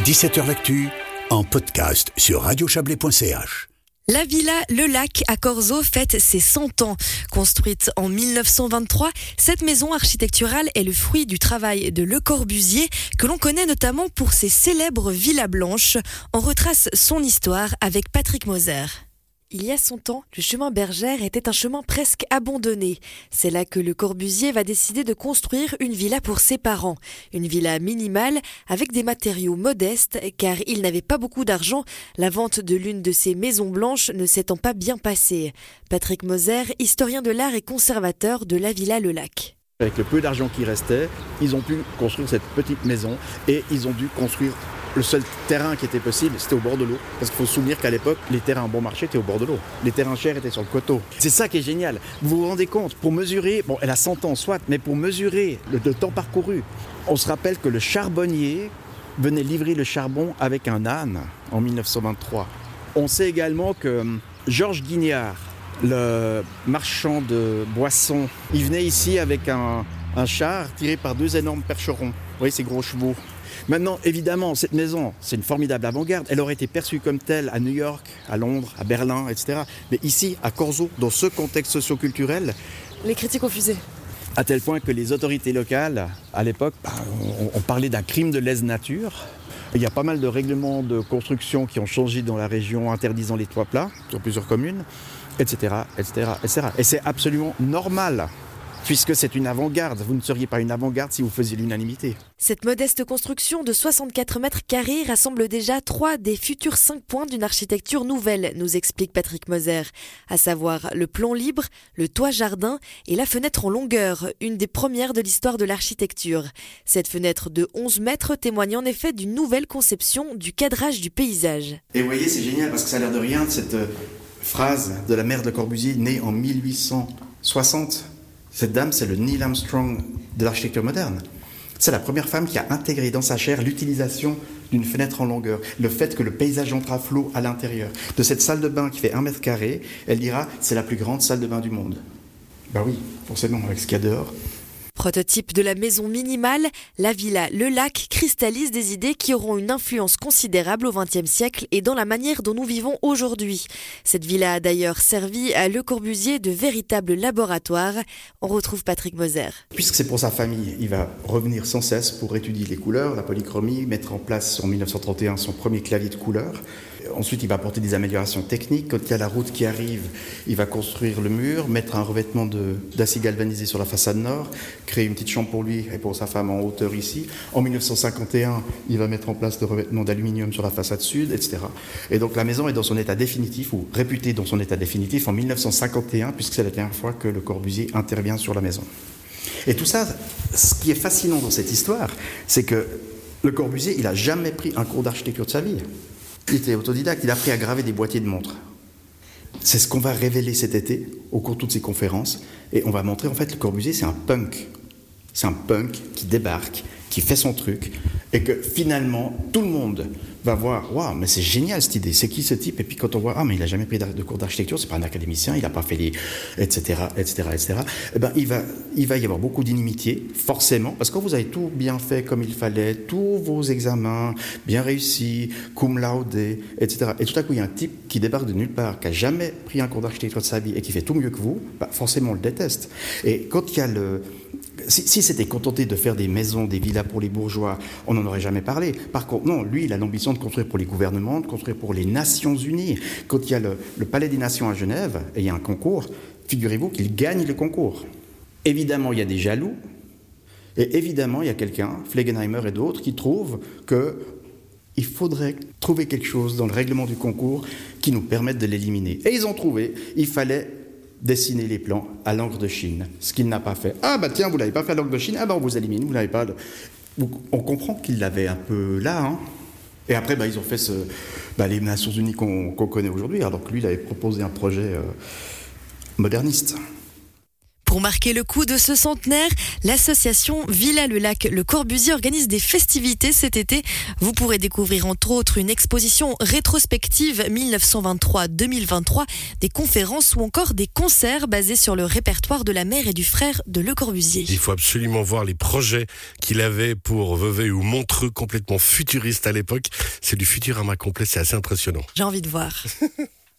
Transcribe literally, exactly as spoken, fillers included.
dix-sept heures l'actu, en podcast sur radio chablais point c h. La villa Le Lac à Corzo fête ses cent ans. Construite en mille neuf cent vingt-trois, cette maison architecturale est le fruit du travail de Le Corbusier, que l'on connaît notamment pour ses célèbres villas blanches. On retrace son histoire avec Patrick Moser. Il y a cent ans, le chemin Bergère était un chemin presque abandonné. C'est là que Le Corbusier va décider de construire une villa pour ses parents. Une villa minimale avec des matériaux modestes car il n'avait pas beaucoup d'argent, la vente de l'une de ces maisons blanches ne s'étant pas bien passée. Patrick Moser, historien de l'art et conservateur de la villa Le Lac. Avec le peu d'argent qui restait, ils ont pu construire cette petite maison et ils ont dû construire le seul terrain qui était possible, c'était au bord de l'eau. Parce qu'il faut se souvenir qu'à l'époque, les terrains bon marché étaient au bord de l'eau. Les terrains chers étaient sur le coteau. C'est ça qui est génial. Vous vous rendez compte, pour mesurer, bon, elle a cent ans soit, mais pour mesurer le, le temps parcouru, on se rappelle que le charbonnier venait livrer le charbon avec un âne en mille neuf cent vingt-trois. On sait également que Georges Guignard, le marchand de boissons, il venait ici avec un, un char tiré par deux énormes percherons. Vous voyez ces gros chevaux. Maintenant, évidemment, cette maison, c'est une formidable avant-garde. Elle aurait été perçue comme telle à New York, à Londres, à Berlin, et cetera. Mais ici, à Corzo, dans ce contexte socio-culturel, les critiques ont fusé. À tel point que les autorités locales, à l'époque, bah, on, on parlait d'un crime de lèse-nature. Il y a pas mal de règlements de construction qui ont changé dans la région, interdisant les toits plats sur plusieurs communes, et cetera, et cetera, et cetera. Et c'est absolument normal. Puisque c'est une avant-garde. Vous ne seriez pas une avant-garde si vous faisiez l'unanimité. Cette modeste construction de soixante-quatre mètres carrés rassemble déjà trois des futurs cinq points d'une architecture nouvelle, nous explique Patrick Moser, à savoir le plan libre, le toit jardin et la fenêtre en longueur, une des premières de l'histoire de l'architecture. Cette fenêtre de onze mètres témoigne en effet d'une nouvelle conception du cadrage du paysage. Et vous voyez, c'est génial parce que ça a l'air de rien, cette phrase de la mère de Corbusier, née en mille huit cent soixante. Cette dame, c'est le Neil Armstrong de l'architecture moderne. C'est la première femme qui a intégré dans sa chair l'utilisation d'une fenêtre en longueur, le fait que le paysage entre à flot à l'intérieur. De cette salle de bain qui fait un mètre carré, elle dira « c'est la plus grande salle de bain du monde ». Ben oui, forcément, avec ce qu'il y a dehors. Prototype de la maison minimale, la villa Le Lac cristallise des idées qui auront une influence considérable au vingtième siècle et dans la manière dont nous vivons aujourd'hui. Cette villa a d'ailleurs servi à Le Corbusier de véritable laboratoire. On retrouve Patrick Moser. Puisque c'est pour sa famille, il va revenir sans cesse pour étudier les couleurs, la polychromie, mettre en place en mille neuf cent trente et un son premier clavier de couleurs. Ensuite, il va apporter des améliorations techniques. Quand il y a la route qui arrive, il va construire le mur, mettre un revêtement de, d'acier galvanisé sur la façade nord, créer une petite chambre pour lui et pour sa femme en hauteur ici. En mille neuf cent cinquante et un, il va mettre en place le revêtement d'aluminium sur la façade sud, et cetera. Et donc la maison est dans son état définitif, ou réputée dans son état définitif, en mille neuf cent cinquante et un, puisque c'est la dernière fois que Le Corbusier intervient sur la maison. Et tout ça, ce qui est fascinant dans cette histoire, c'est que Le Corbusier, il n'a jamais pris un cours d'architecture de sa vie. Il était autodidacte, il a appris à graver des boîtiers de montres. C'est ce qu'on va révéler cet été au cours de toutes ces conférences. Et on va montrer, en fait, Le Corbusier, c'est un punk. C'est un punk qui débarque, qui fait son truc, et que finalement, tout le monde va voir, waouh, mais c'est génial cette idée, c'est qui ce type? Et puis quand on voit, ah, mais il n'a jamais pris de cours d'architecture, c'est pas un académicien, il n'a pas fait les, et cetera, et cetera, et cetera. Eh ben, il va, il va y avoir beaucoup d'inimitié, forcément, parce que quand vous avez tout bien fait comme il fallait, tous vos examens bien réussis, cum laude, et cetera. Et tout à coup, il y a un type qui débarque de nulle part, qui n'a jamais pris un cours d'architecture de sa vie et qui fait tout mieux que vous, bah, forcément, on le déteste. Et quand il y a le... Si, si c'était contenté de faire des maisons, des villas pour les bourgeois, on n'en aurait jamais parlé. Par contre, non, lui, il a l'ambition de construire pour les gouvernements, de construire pour les Nations Unies. Quand il y a le, le Palais des Nations à Genève, et il y a un concours, figurez-vous qu'il gagne le concours. Évidemment, il y a des jaloux, et évidemment, il y a quelqu'un, Flegenheimer et d'autres, qui trouvent qu'il faudrait trouver quelque chose dans le règlement du concours qui nous permette de l'éliminer. Et ils ont trouvé, il fallait dessiner les plans à l'encre de Chine, ce qu'il n'a pas fait. Ah bah tiens, vous ne l'avez pas fait à l'encre de Chine, ah bah on vous élimine, vous n'avez pas... De... On comprend qu'il l'avait un peu là, hein. Et après, bah, ils ont fait ce, bah, les Nations Unies qu'on, qu'on connaît aujourd'hui, alors que lui, il avait proposé un projet euh, moderniste. Pour marquer le coup de ce centenaire, l'association Villa-le-Lac Le Corbusier organise des festivités cet été. Vous pourrez découvrir entre autres une exposition rétrospective dix-neuf cent vingt-trois deux mille vingt-trois, des conférences ou encore des concerts basés sur le répertoire de la mère et du frère de Le Corbusier. Il faut absolument voir les projets qu'il avait pour Vevey ou Montreux, complètement futuriste à l'époque. C'est du Futurama complet, c'est assez impressionnant. J'ai envie de voir.